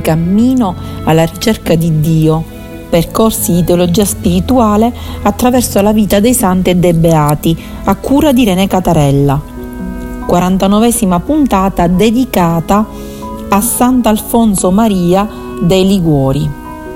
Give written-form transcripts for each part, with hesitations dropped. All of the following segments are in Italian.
cammino alla ricerca di Dio, percorsi di teologia spirituale attraverso la vita dei santi e dei beati, a cura di Irene Catarella. 49esima puntata dedicata a Sant'Alfonso Maria dei Liguori.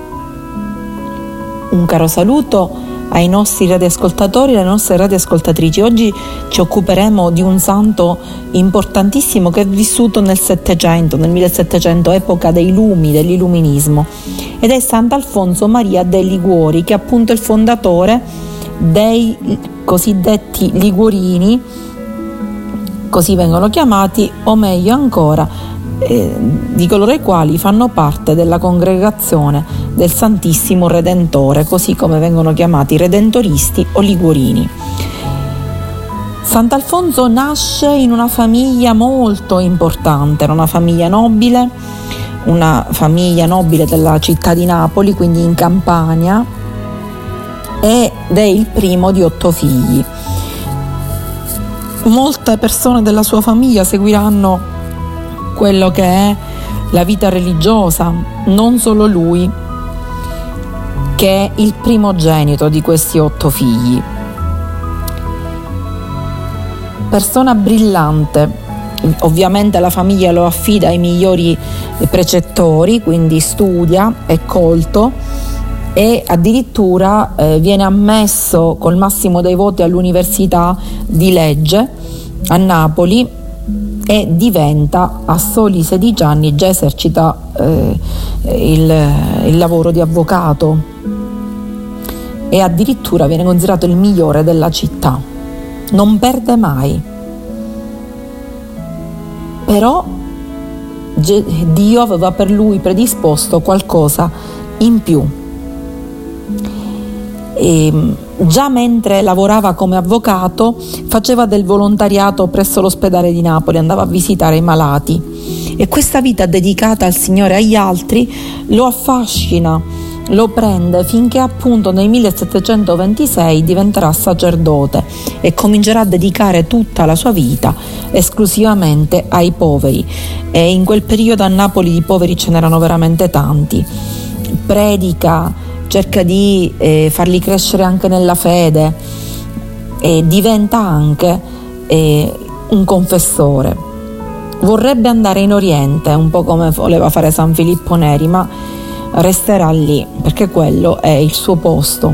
Un caro saluto ai nostri radioascoltatori e alle nostre radioascoltatrici. Oggi ci occuperemo di un santo importantissimo che è vissuto nel 1700, epoca dei lumi, dell'illuminismo, ed è Sant'Alfonso Maria dei Liguori, che è appunto il fondatore dei cosiddetti liguorini, così vengono chiamati, o meglio ancora di coloro i quali fanno parte della congregazione del Santissimo Redentore, così come vengono chiamati redentoristi o liguorini. Sant'Alfonso nasce in una famiglia molto importante, era una famiglia nobile della città di Napoli, quindi in Campania, ed è il primo di 8 figli. Molte persone della sua famiglia seguiranno quello che è la vita religiosa, non solo lui, che è il primogenito di questi 8 figli. Persona brillante, ovviamente la famiglia lo affida ai migliori precettori, quindi studia, è colto e addirittura viene ammesso col massimo dei voti all'Università di Legge a Napoli, e diventa, a soli 16 anni, già esercita il lavoro di avvocato e addirittura viene considerato il migliore della città. Non perde mai. Però Dio aveva per lui predisposto qualcosa in più. Già mentre lavorava come avvocato faceva del volontariato presso l'ospedale di Napoli, andava a visitare i malati, e questa vita dedicata al Signore e agli altri lo affascina, lo prende, finché appunto nel 1726 diventerà sacerdote e comincerà a dedicare tutta la sua vita esclusivamente ai poveri. E in quel periodo a Napoli di poveri ce n'erano veramente tanti. Predica, cerca di farli crescere anche nella fede e diventa anche un confessore. Vorrebbe andare in Oriente, un po' come voleva fare San Filippo Neri, ma resterà lì perché quello è il suo posto.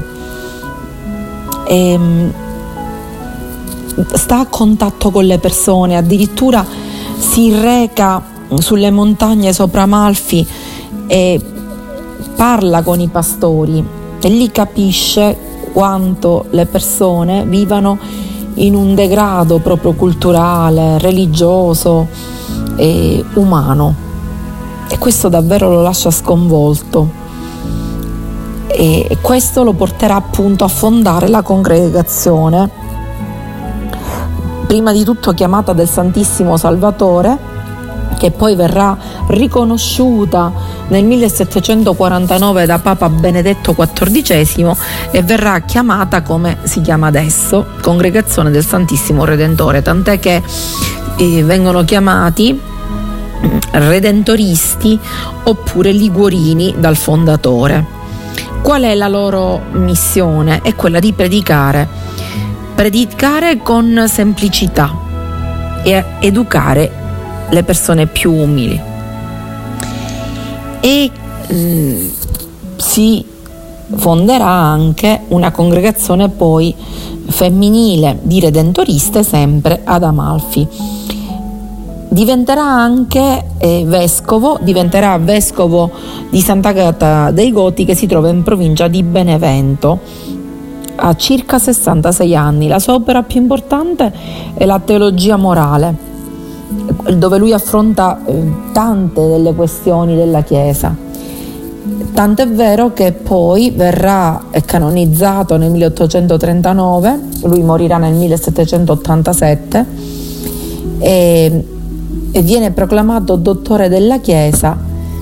Sta a contatto con le persone, addirittura si reca sulle montagne sopra Amalfi e parla con i pastori, e lì capisce quanto le persone vivano in un degrado proprio culturale, religioso e umano, e questo davvero lo lascia sconvolto, e questo lo porterà appunto a fondare la congregazione, prima di tutto chiamata del Santissimo Salvatore, che poi verrà riconosciuta nel 1749 da Papa Benedetto XIV e verrà chiamata come si chiama adesso, Congregazione del Santissimo Redentore, tant'è che vengono chiamati redentoristi oppure liguorini dal fondatore. Qual è la loro missione? È quella di predicare con semplicità e educare le persone più umili, e si fonderà anche una congregazione poi femminile di redentoriste sempre ad Amalfi. Diventerà anche vescovo di Sant'Agata dei Goti, che si trova in provincia di Benevento, a circa 66 anni. La sua opera più importante è la Teologia morale, dove lui affronta tante delle questioni della Chiesa. Tant'è vero che poi verrà canonizzato nel 1839, lui morirà nel 1787 e viene proclamato dottore della Chiesa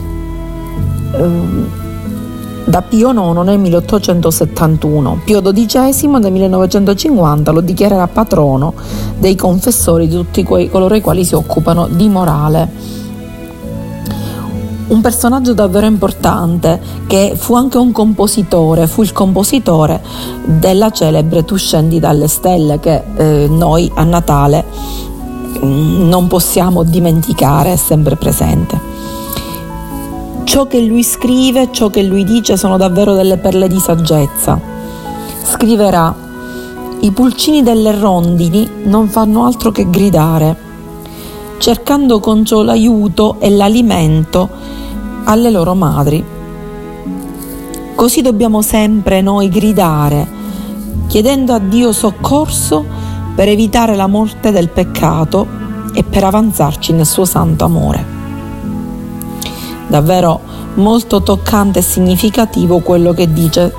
da Pio IX nel 1871. Pio XII nel 1950 lo dichiarerà patrono dei confessori, di tutti coloro i quali si occupano di morale. un personaggio davvero importante, che fu anche un compositore, fu il compositore della celebre Tu scendi dalle stelle, che noi a Natale non possiamo dimenticare, è sempre presente. Ciò che lui scrive, ciò che lui dice sono davvero delle perle di saggezza. Scriverà: i pulcini delle rondini non fanno altro che gridare, cercando con ciò l'aiuto e l'alimento alle loro madri. Così dobbiamo sempre noi gridare, chiedendo a Dio soccorso per evitare la morte del peccato e per avanzarci nel suo santo amore. Davvero molto toccante e significativo quello che dice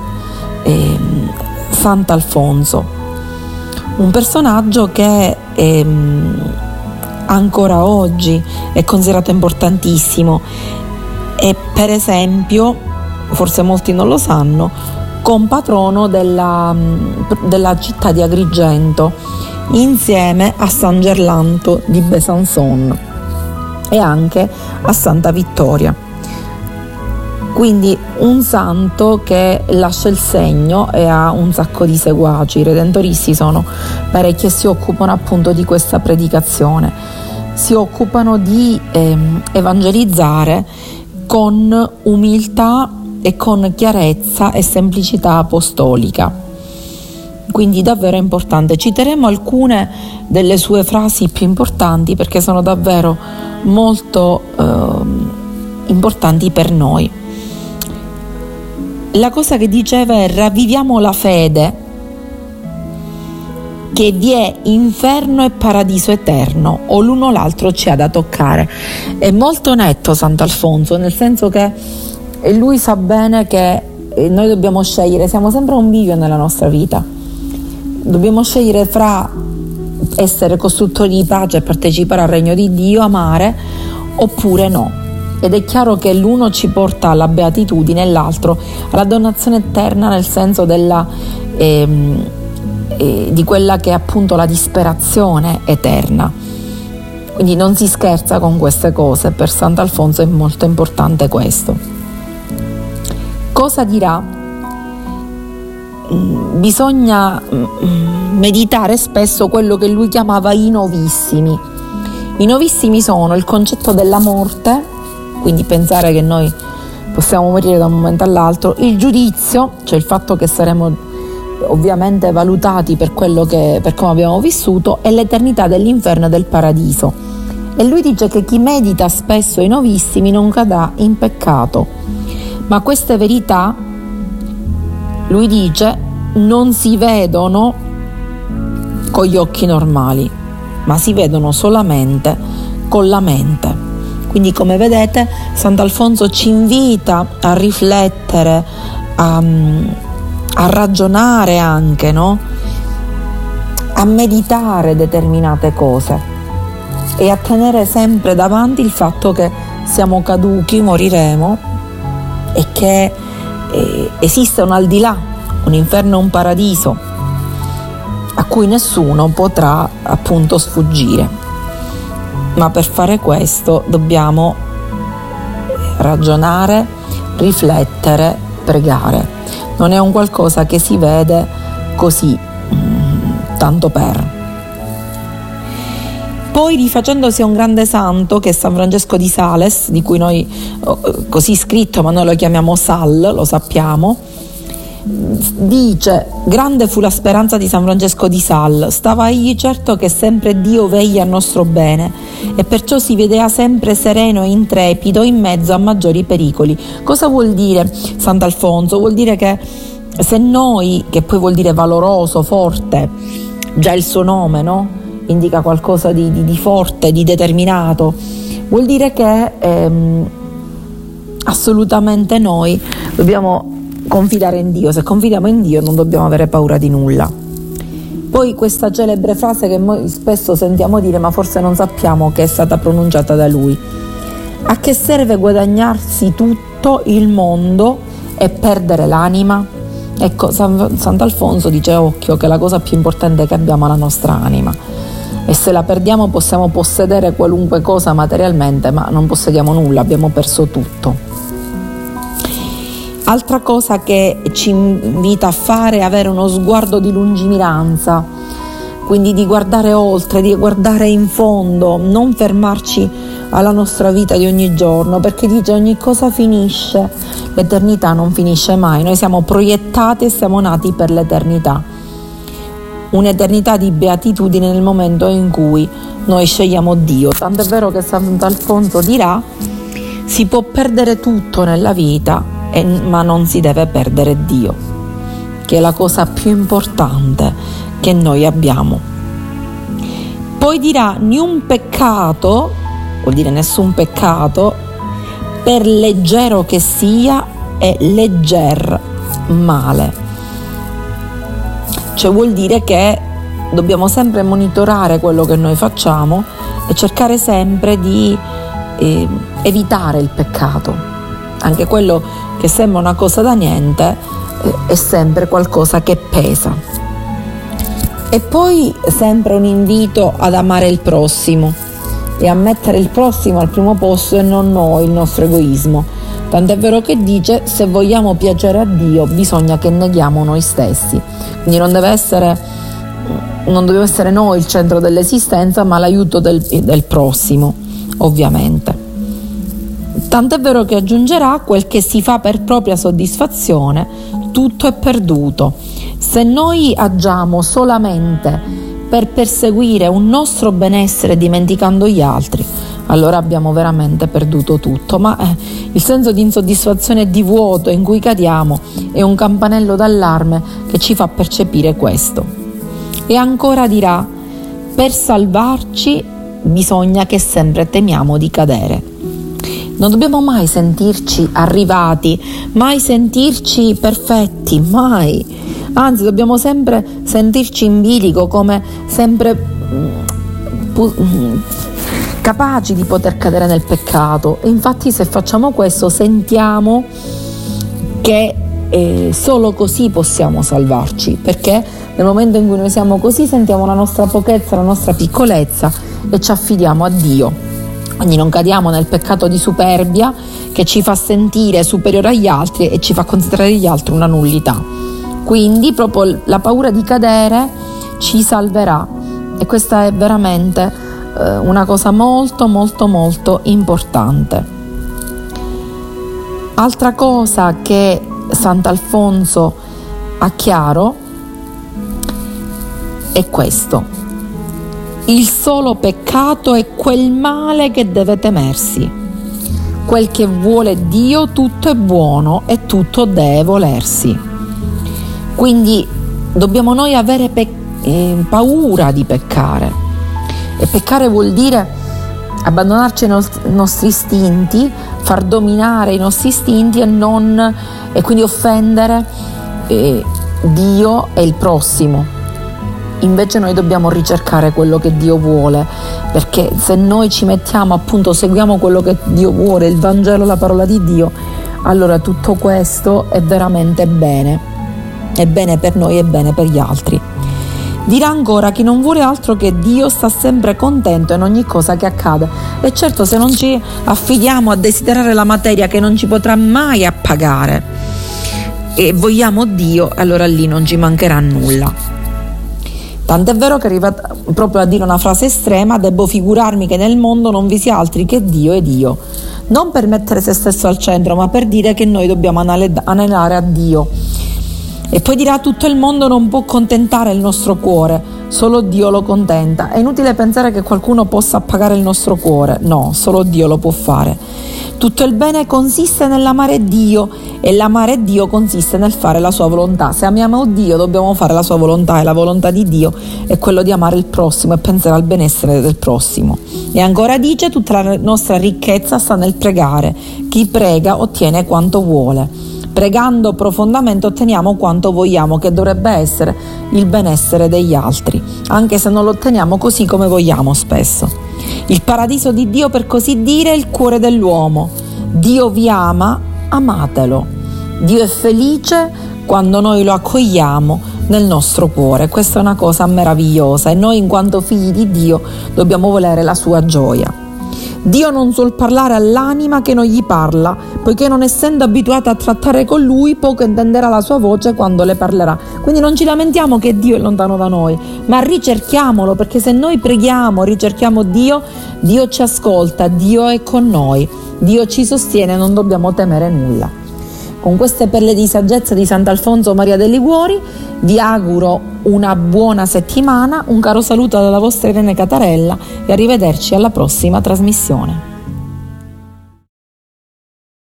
Sant'Alfonso, un personaggio che ancora oggi è considerato importantissimo. E per esempio, forse molti non lo sanno, compatrono della città di Agrigento, insieme a San Gerlanto di Besançon e anche a Santa Vittoria. Quindi un santo che lascia il segno e ha un sacco di seguaci. I redentoristi sono parecchi e si occupano appunto di questa predicazione, si occupano di evangelizzare con umiltà e con chiarezza e semplicità apostolica. Quindi davvero importante. Citeremo alcune delle sue frasi più importanti perché sono davvero molto importanti per noi. La cosa che diceva è: ravviviamo la fede, che vi è inferno e paradiso eterno, o l'uno o l'altro ci ha da toccare. È molto netto Sant'Alfonso, nel senso che lui sa bene che noi dobbiamo scegliere, siamo sempre a un bivio nella nostra vita, dobbiamo scegliere fra essere costruttori di pace e partecipare al regno di Dio, amare, oppure no. Ed è chiaro che l'uno ci porta alla beatitudine e l'altro alla donazione eterna, nel senso di quella che è appunto la disperazione eterna. Quindi non si scherza con queste cose, per Sant'Alfonso è molto importante questo. Cosa dirà? Bisogna meditare spesso quello che lui chiamava i novissimi. I novissimi sono il concetto della morte, quindi pensare che noi possiamo morire da un momento all'altro, il giudizio, cioè il fatto che saremo ovviamente valutati per come abbiamo vissuto, e l'eternità dell'inferno e del paradiso. E lui dice che chi medita spesso i novissimi non cadrà in peccato, ma queste verità, lui dice, non si vedono con gli occhi normali, ma si vedono solamente con la mente. Quindi, come vedete, Sant'Alfonso ci invita a riflettere, a ragionare anche, no? A meditare determinate cose e a tenere sempre davanti il fatto che siamo caduchi, moriremo, e che esiste un al di là, un inferno e un paradiso a cui nessuno potrà appunto sfuggire. Ma per fare questo dobbiamo ragionare, riflettere, pregare. Non è un qualcosa che si vede così, tanto per. Poi, rifacendosi a un grande santo che è San Francesco di Sales, di cui noi, così scritto, ma noi lo chiamiamo Sal, lo sappiamo, dice: grande fu la speranza di San Francesco di Sales, stava egli certo che sempre Dio veglia al nostro bene, e perciò si vedeva sempre sereno e intrepido in mezzo a maggiori pericoli. Cosa vuol dire Sant'Alfonso? Vuol dire che se noi, che poi vuol dire valoroso, forte, già il suo nome, no? Indica qualcosa di forte, di determinato, vuol dire che assolutamente noi dobbiamo confidare in Dio. Se confidiamo in Dio non dobbiamo avere paura di nulla. Poi questa celebre frase che noi spesso sentiamo dire, ma forse non sappiamo che è stata pronunciata da lui: a che serve guadagnarsi tutto il mondo e perdere l'anima? Ecco, Sant'Alfonso dice: occhio, che la cosa più importante che abbiamo è la nostra anima. e se la perdiamo possiamo possedere qualunque cosa materialmente, ma non possediamo nulla, abbiamo perso tutto. Altra cosa che ci invita a fare è avere uno sguardo di lungimiranza, quindi di guardare oltre, di guardare in fondo, non fermarci alla nostra vita di ogni giorno, perché dice ogni cosa finisce, l'eternità non finisce mai, noi siamo proiettati e siamo nati per l'eternità. Un'eternità di beatitudine nel momento in cui noi scegliamo Dio. Tanto è vero che Sant'Alfonso dirà: si può perdere tutto nella vita, ma non si deve perdere Dio, che è la cosa più importante che noi abbiamo. Poi dirà: niun peccato, vuol dire nessun peccato, per leggero che sia, è legger male. Cioè vuol dire che dobbiamo sempre monitorare quello che noi facciamo e cercare sempre di evitare il peccato. Anche quello che sembra una cosa da niente è sempre qualcosa che pesa. E poi sempre un invito ad amare il prossimo e a mettere il prossimo al primo posto e non noi, il nostro egoismo. Tant'è vero che dice: se vogliamo piacere a Dio bisogna che neghiamo noi stessi. Quindi non dobbiamo essere noi il centro dell'esistenza, ma l'aiuto del prossimo, ovviamente. Tant'è vero che aggiungerà: quel che si fa per propria soddisfazione, tutto è perduto. Se noi agiamo solamente per perseguire un nostro benessere dimenticando gli altri, allora abbiamo veramente perduto tutto. Ma il senso di insoddisfazione e di vuoto in cui cadiamo è un campanello d'allarme che ci fa percepire questo. E ancora dirà: per salvarci bisogna che sempre temiamo di cadere. Non dobbiamo mai sentirci arrivati, mai sentirci perfetti, mai. Anzi, dobbiamo sempre sentirci in bilico, come sempre capaci di poter cadere nel peccato. E infatti se facciamo questo sentiamo che solo così possiamo salvarci, perché nel momento in cui noi siamo così sentiamo la nostra pochezza, la nostra piccolezza e ci affidiamo a Dio. Quindi non cadiamo nel peccato di superbia che ci fa sentire superiore agli altri e ci fa considerare gli altri una nullità. Quindi proprio la paura di cadere ci salverà, e questa è veramente una cosa molto molto molto importante. Altra cosa che Sant'Alfonso ha chiaro è questo: il solo peccato è quel male che deve temersi. Quel che vuole Dio tutto è buono e tutto deve volersi. Quindi dobbiamo noi avere paura di peccare. E peccare vuol dire abbandonarci ai nostri istinti, far dominare i nostri istinti e quindi offendere Dio e il prossimo. Invece noi dobbiamo ricercare quello che Dio vuole, perché se noi ci mettiamo, appunto, seguiamo quello che Dio vuole, il Vangelo, la parola di Dio, allora tutto questo è veramente bene, è bene per noi, è bene per gli altri. Dirà ancora: chi non vuole altro che Dio sta sempre contento in ogni cosa che accade. E certo, se non ci affidiamo a desiderare la materia che non ci potrà mai appagare e vogliamo Dio, allora lì non ci mancherà nulla. Tant'è vero che arriva proprio a dire una frase estrema: debbo figurarmi che nel mondo non vi sia altri che Dio ed io. Non per mettere se stesso al centro, ma per dire che noi dobbiamo anelare a Dio. E poi dirà: tutto il mondo non può contentare il nostro cuore, solo Dio lo contenta. È inutile pensare che qualcuno possa appagare il nostro cuore, no, solo Dio lo può fare. Tutto il bene consiste nell'amare Dio e l'amare Dio consiste nel fare la sua volontà. Se amiamo Dio dobbiamo fare la sua volontà, e la volontà di Dio è quello di amare il prossimo e pensare al benessere del prossimo. E ancora dice: tutta la nostra ricchezza sta nel pregare. Chi prega ottiene quanto vuole. Pregando profondamente otteniamo quanto vogliamo, che dovrebbe essere il benessere degli altri, anche se non lo otteniamo così come vogliamo spesso. Il paradiso di Dio, per così dire, è il cuore dell'uomo. Dio vi ama, amatelo. Dio è felice quando noi lo accogliamo, nel nostro cuore. Questa è una cosa meravigliosa e noi in quanto figli di Dio dobbiamo volere la sua gioia. Dio non suol parlare all'anima che non gli parla, poiché non essendo abituata a trattare con Lui, poco intenderà la sua voce quando le parlerà. Quindi non ci lamentiamo che Dio è lontano da noi, ma ricerchiamolo, perché se noi preghiamo, ricerchiamo Dio, Dio ci ascolta, Dio è con noi, Dio ci sostiene, non dobbiamo temere nulla. Con queste perle di saggezza di Sant'Alfonso Maria de' Liguori vi auguro una buona settimana, un caro saluto dalla vostra Irene Catarella e arrivederci alla prossima trasmissione.